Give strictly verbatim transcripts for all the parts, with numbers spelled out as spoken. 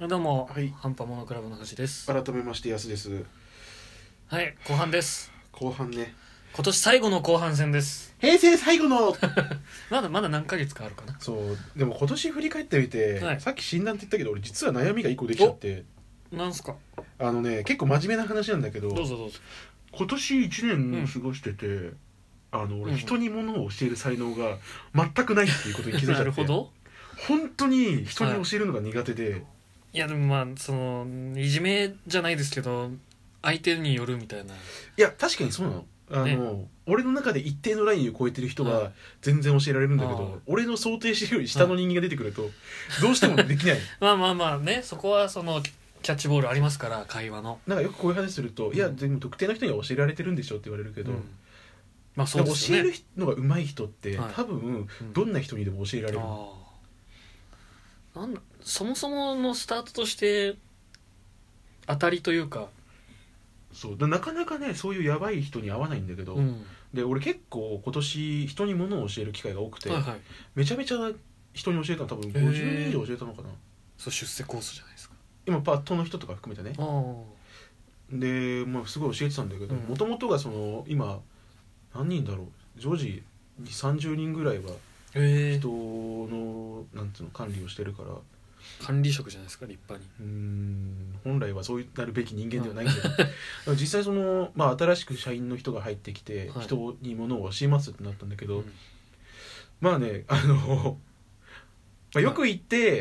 どうも、 はい、 ハンパモノクラブの藤です。 改めましてやすです。 はい、後半です。 後半ね、 今年最後の後半戦です。 平成最後のまだまだ何ヶ月かあるかな。 そうでも今年振り返ってみて、はい、さっき診断って言ったけど俺実は悩みがいっこできちゃって。 なんすか。 あのね、結構真面目な話なんだけど、 どうぞどうぞ。 今年いちねん過ごしてて、うん、あの俺、うん、人に物を教える才能が全くないっていうことに気づいちゃってなるほど。本当に人に教えるのが苦手で、はい、 いやでもまあそのいじめじゃないですけど相手によるみたいな。いや確かにそうなの。あの、ね、俺の中で一定のラインを超えてる人は全然教えられるんだけど、はい、俺の想定してるより下の人間が出てくるとどうしてもできないまあまあまあね、そこはそのキャッチボールありますから、会話のなんかよくこういう話すると、うん、いや全部特定の人には教えられてるんでしょって言われるけど、うん、 まあそうですよね、 教えるのが上手い人って、はい、多分どんな人にでも教えられる、うん、あなんだそもそものスタートとして当たりというか、 そうだなかなかねそういうやばい人に会わないんだけど、うん、で俺結構今年人に物を教える機会が多くて、はいはい、めちゃめちゃ人に教えたの多分ごじゅうにん以上教えたのかな。 そう出世コースじゃないですか。 今パートの人とか含めてね。で、まあ、すごい教えてたんだけど、もともとがその今何人だろう常時にじゅうさんじゅうにんぐらいは人のなんていうの管理をしてるから、 管理職じゃないですか立派に。 うーん本来はそうなるべき人間ではないんだけど実際その、まあ、新しく社員の人が入ってきて、はい、人に物を教えますってなったんだけど、うん、まあねあの、まあ、よく言って、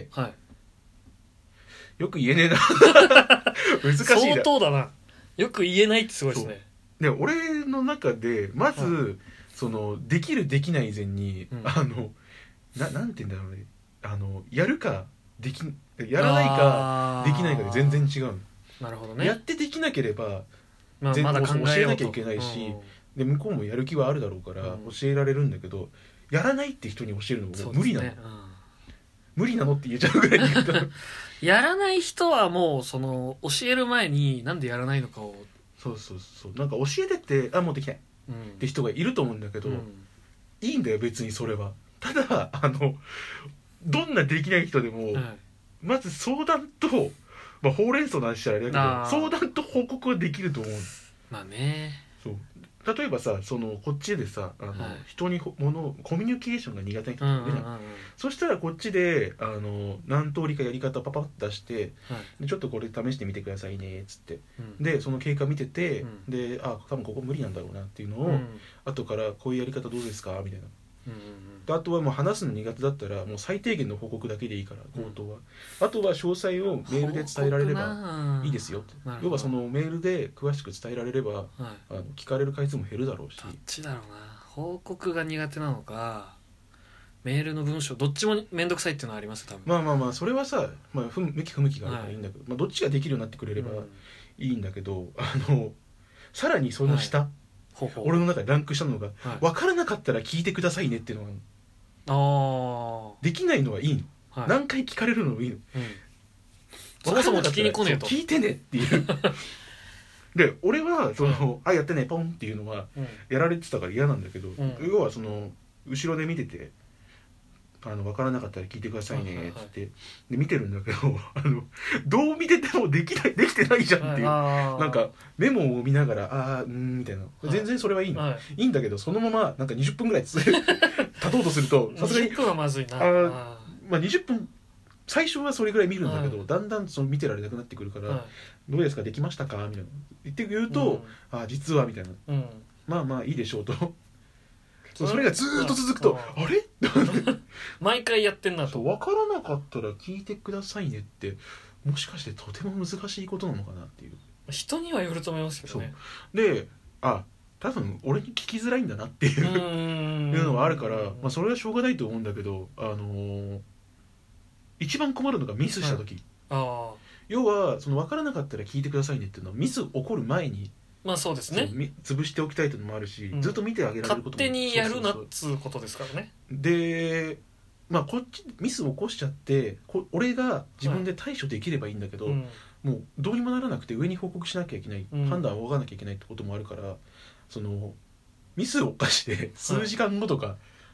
はいはい、よく言えねえな難しいな。 相当だな。よく言えないってすごいですね。 で俺の中でまず、はい、そのできるできない以前に、うん、あの な, なんて言うんだろうね、あのやるかできやらないかできないかで全然違う。 なるほどね。 やってできなければ、 まあ、まだ考え教えなきゃいけないし、で向こうもやる気はあるだろうから教えられるんだけど、やらないって人に教えるのも無理なの、ね、うん、無理なのって言えちゃうぐらいやらない人はもうその教える前になんでやらないのかを、 そうそうそう、なんか教えてってあもうできない、うん、って人がいると思うんだけど、うん、いいんだよ別にそれは。ただあのどんなできない人でも、はい、まず相談と、まあ、ほうれん草の話したらあれだけど相談と報告はできると思う。 まあね、 そう例えばさそのこっちでさあの、はい、人にものコミュニケーションが苦手な人がいるじゃん、うんうんうん、そしたらこっちであの何通りかやり方パパッと出して、はい、でちょっとこれ試してみてくださいねっつって、うん、でその経過見てて、うん、であ多分ここ無理なんだろうなっていうのを、うん、後からこういうやり方どうですかみたいな、うんうんうん、あとはもう話すの苦手だったらもう最低限の報告だけでいいから口頭は、うん、あとは詳細をメールで伝えられればいいですよって。要はそのメールで詳しく伝えられれば、はい、あの聞かれる回数も減るだろうし。 どっちだろうな、報告が苦手なのかメールの文章どっちもめんどくさいっていうのはありますよ多分。 まあまあまあそれはさ、まあ、向き不向きがあるからいいんだけど、はい、まあ、どっちができるようになってくれればいいんだけど、うん、あのさらにその下、はい、ほうほう俺の中でランクしたのが、はい、分からなかったら聞いてくださいねっていうのがあできないのはいいの、はい、何回聞かれるのはいいの、うん、 そもそも聞きに来ねえと聞いてねっていうで俺はその、うん、あやってねポンっていうのはやられてたから嫌なんだけど、うん、要はその後ろで見ててあの分からなかったら聞いてくださいねって言って、はいはいはい、で見てるんだけどあのどう見ててもできないできてないじゃんっていう、はい、なんかメモを見ながらあーうんみたいな、はい、全然それはいいの、はい、いいんだけどそのままなんかにじゅっぷんぐらい経とうとするとさすがににじゅっぷんはまずいなあ、まあ、にじゅっぷん最初はそれぐらい見るんだけど、はい、だんだんその見てられなくなってくるから、はい、どうですかできましたかみたいな言って言うと、うん、あ実はみたいな、うん、まあまあいいでしょうとそ, それがずーっと続くと、あ, あれ毎回やってんなと。 分からなかったら聞いてくださいねってもしかしてとても難しいことなのかなっていう。 人にはよると思いますけどね。 であ多分俺に聞きづらいんだなっていういうのはあるから、まあ、それはしょうがないと思うんだけど、あのー、一番困るのがミスした時、はい、あ要はその分からなかったら聞いてくださいねっていうのはミス起こる前にまあそうですね潰しておきたいというのもあるし、うん、ずっと見てあげられることも勝手にやるなっつうことですからね。 でまあこっちミス起こしちゃってこ俺が自分で対処できればいいんだけど、はい、もうどうにもならなくて上に報告しなきゃいけない、うん、判断を仰がなきゃいけないってこともあるから、そのミスを犯して数時間後とか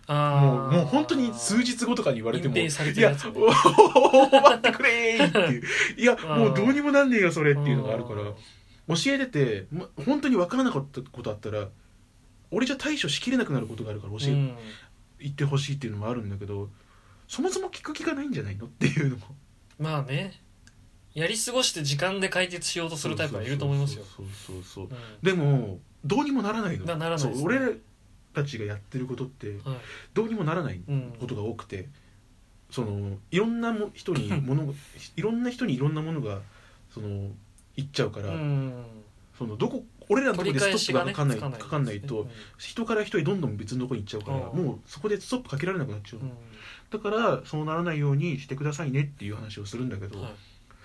もうもう本当に数日後とかに言われても、 隠蔽されてるやつね、 いやお待ってくれーっていういやもうどうにもなんねえよそれっていうのがあるから、教えてて、ま、本当に分からなかったことあったら俺じゃ対処しきれなくなることがあるから教え、うん、言ってほしいっていうのもあるんだけど、そもそも聞く気がないんじゃないのっていうのも、まあね、やり過ごして時間で解決しようとするタイプはいると思いますよ。 そうそうそうそう、うん、でもどうにもならないの。 ならないですね。 そう俺たちがやってることってどうにもならないことが多くて、うん、そのいろんなも人にものいろんな人にいろんなものがそのいっちゃうから、うん、そのどこ俺らのところでストップがかかんない、ね、かかんないと、うん、人から人へどんどん別のところに行っちゃうから、うん、もうそこでストップかけられなくなっちゃう、うん、だからそうならないようにしてくださいねっていう話をするんだけど、はい、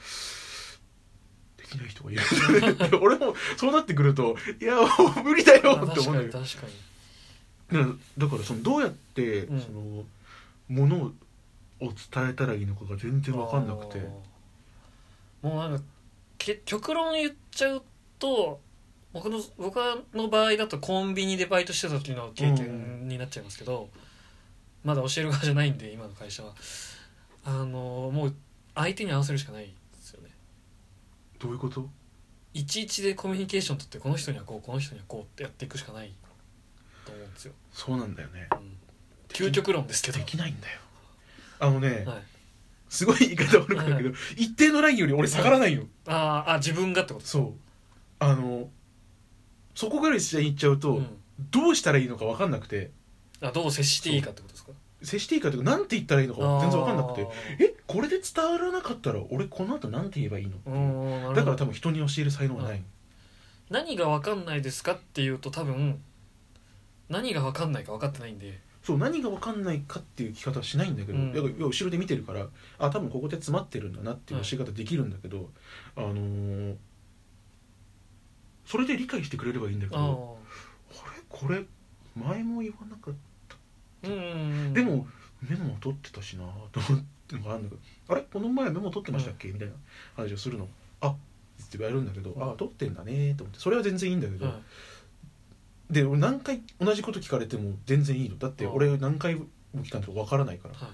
できない人がいる俺もそうなってくるといやもう無理だよって思うんだけど、確かにだから、だからそのどうやって、うん、そのものを伝えたらいいのかが全然分かんなくて、 もうなんかけ極論言っちゃうと僕の僕の場合だとコンビニでバイトしてた時の経験になっちゃいますけど、うん、まだ教える側じゃないんで今の会社はあのもう相手に合わせるしかないですよね。 どういうこと？ いちいちでコミュニケーション取ってこの人にはこうこの人にはこうってやっていくしかないと思うんですよ。 そうなんだよね、 うん、究極論ですけどできないんだよ。あのね、はい、すごい言い方悪くだけど、はい、一定のラインより俺下がらないよ、はい、 ああ自分がってこと？ そうあのそこから下に行っちゃうと、うん、どうしたらいいのか分かんなくて、 あどう接していいかってことですか？ 接していいかというか何て言ったらいいのか全然分かんなくて、えこれで伝わらなかったら俺この後何て言えばいいのっていう、だから多分人に教える才能がない、はい、 何が分かんないですかっていうと多分何が分かんないか分かってないんで、 そう何が分かんないかっていう聞き方はしないんだけど、うん、だから後ろで見てるからあ多分ここで詰まってるんだなっていう教え方できるんだけど、はい、あのー、それで理解してくれればいいんだけど、あれこれ前も言わなかった、うんうんうん、でもメモを取ってたしなと思ってのがあるんだけど、あれこの前メモ取ってましたっけ、うん、みたいな話をするの、あって言われるんだけど、うん、あ取ってんだねと思って、それは全然いいんだけど、うんで俺何回同じこと聞かれても全然いいのだって俺何回も聞かないと分からないから、はい、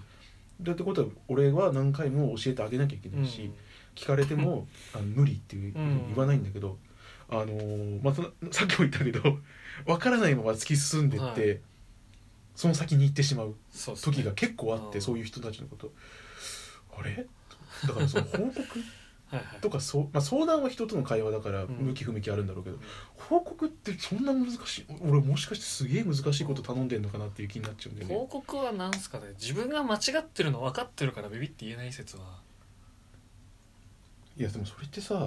だってことは俺は何回も教えてあげなきゃいけないし、うん、聞かれてもあの無理っていう言わないんだけど、うん、あのーまあ、さっきも言ったけど分からないまま突き進んでって、はい、その先に行ってしまう時が結構あって、 そう、ね、そういう人たちのことあれだからその報告はいはい、とかそう、まあ、相談は人との会話だから向き不向きあるんだろうけど、うん、報告ってそんな難しい、俺もしかしてすげえ難しいこと頼んでんのかなっていう気になっちゃうんだよね。 報告はなんすかね、自分が間違ってるの分かってるからビビって言えない説は。 いやでもそれってさ、はい、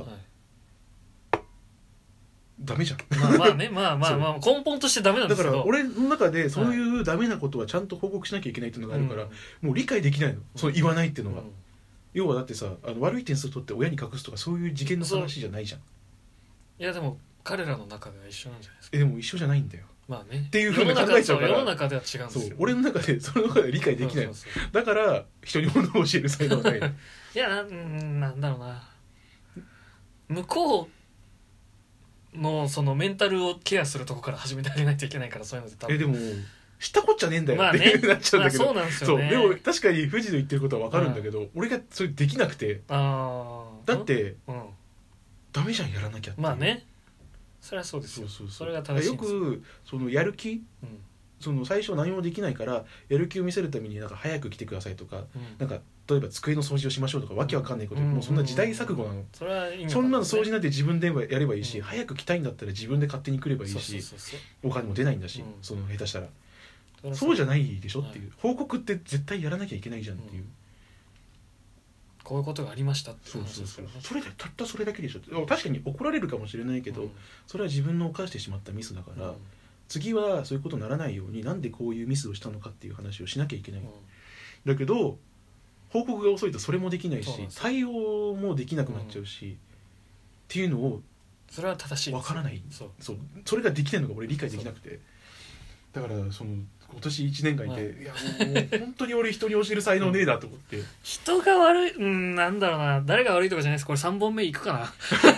ダメじゃん。 まあまあねまあまあまあ根本としてダメなんですけど、 だから俺の中でそういうダメなことはちゃんと報告しなきゃいけないっていうのがあるから、はい、もう理解できないの、そう言わないっていうのが、うん、要はだってさあの悪い点数取って親に隠すとかそういう事件の話じゃないじゃん。 いやでも彼らの中では一緒なんじゃないですか。 えでも一緒じゃないんだよ。 まあねっていうふうに考えちゃうから世の中では違うんですよ。 そう俺の中でその中で理解できないの。そうそうそう、だから人に物を教える才能がないいや な, んなんだろうな、向こうのそのメンタルをケアするとこから始めてあげないといけないから、そういうので多分えでも知ったこっちゃねえんだよっていう、まあね、なっちゃうんだけど、 まあ、そうなんですよね。 そうでも確かに藤野言ってることは分かるんだけど、うん、俺がそれできなくて、あだって、うん、ダメじゃんやらなきゃっていう。 まあねそれはそうですよ。そうそうそう、それが正しいんですよ。 よくそのやる気、うん、その最初何もできないからやる気を見せるためになんか早く来てくださいとか、うん、なんか例えば机の掃除をしましょうとかわけわかんないこと、うん、もうそんな時代錯誤なの、うん、それは意味わかんないね。そんなの掃除なんて自分でやればいいし、うん、早く来たいんだったら自分で勝手に来ればいいし、そうそうそうそう、お金も出ないんだし、うん、その下手したらそうじゃないでしょっていう、はい、報告って絶対やらなきゃいけないじゃんっていう、うん、 こういうことがありましたって話ですからね。そうそうそう、それでたったそれだけでしょ。確かに怒られるかもしれないけど、うん、それは自分の犯してしまったミスだから、うん、次はそういうことにならないようになんでこういうミスをしたのかっていう話をしなきゃいけない、うん、だけど報告が遅いとそれもできないし対応もできなくなっちゃうし、うん、っていうのをそれは正しいわからない。そうそう、それができないのが俺理解できなくて、だからその今年いちねんかんいて、はい、いやもう本当に俺人に教える才能ねえなと思って人が悪い、うんなんだろうな、誰が悪いとかじゃないです。これさんぼんめいくかな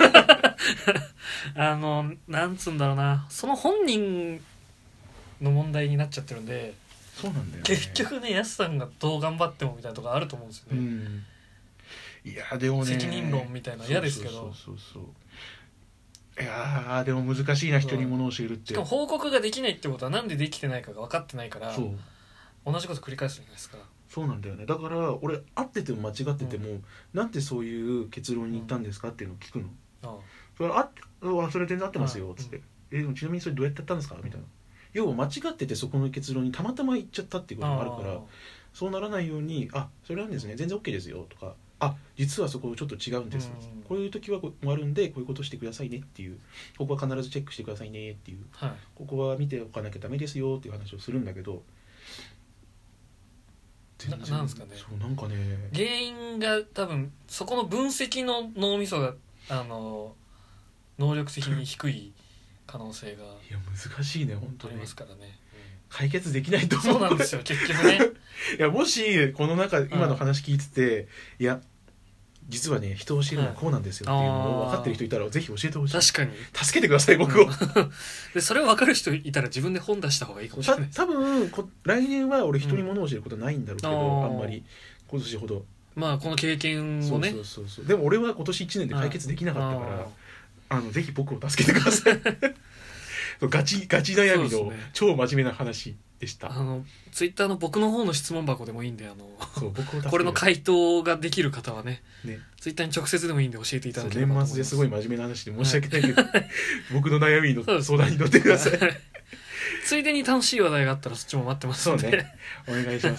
あのなんつうんだろうな、その本人の問題になっちゃってるんで、 そうなんだよね。 結局ね、やすさんがどう頑張ってもみたいなところあると思うんですよね、うん、 いやでもね責任論みたいな嫌ですけど、 そうそうそうそう、いやでも難しいな、人に物を教えるって。 しかも報告ができないってことはなんでできてないかが分かってないから、そう同じこと繰り返すじゃないですか。 そうなんだよね。だから俺合ってても間違ってても、うん、なんでそういう結論に行ったんですかっていうのを聞くの、うん、それああそれ全然合ってますよっつって、うん、えちなみにそれどうやってやったんですかみたいな、要は間違っててそこの結論にたまたま行っちゃったっていうことがあるから、そうならないように、あそれなんですね、全然 OK ですよとか、あ実はそこちょっと違うんです、うん、こういう時はこうあるんでこういうことしてくださいねっていう、ここは必ずチェックしてくださいねっていう、はい、ここは見ておかなきゃダメですよっていう話をするんだけど、 ななんですかね、 そうなんかね原因が多分そこの分析の脳みそがあの能力的に低い可能性がいや難しいね本当にありますからね、うん、 解決できないと思う。 そうなんですよ結局ねいやもしこの中今の話聞いてて、うん、いや実はね人を教えるのはこうなんですよっていうのを分かってる人いたらぜひ教えてほしい。 確かに助けてください僕を、うん、 でそれを分かる人いたら自分で本出した方がいいかもしれない。 た多分こ来年は俺人に物を教えることないんだろうけど、うん、あんまり今年ほどまあこの経験をね、 そうそうそうそう、でも俺は今年いちねんで解決できなかったから、あのぜひ僕を助けてくださいガチガチ悩みの超真面目な話でした。 あのツイッターの僕の方の質問箱でもいいんで、あのそう僕をこれの回答ができる方は ね, ねツイッターに直接でもいいんで教えていただければと思います。 年末ですごい真面目な話で申し訳ないけど、はい、僕の悩みの相談に乗ってくださいついでに楽しい話題があったらそっちも待ってますので、そうねお願いします、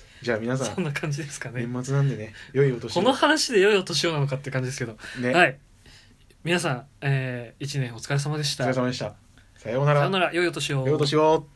はい、じゃあ皆さんそんな感じですかね。 年末なんでね、良いお年を。 この話で良いお年をなのかって感じですけど、ね、はい皆さん、えー、いちねんお疲れ様でした。 お疲れ様でした。さようなら。 さようなら。良いお年を。 良いお年を。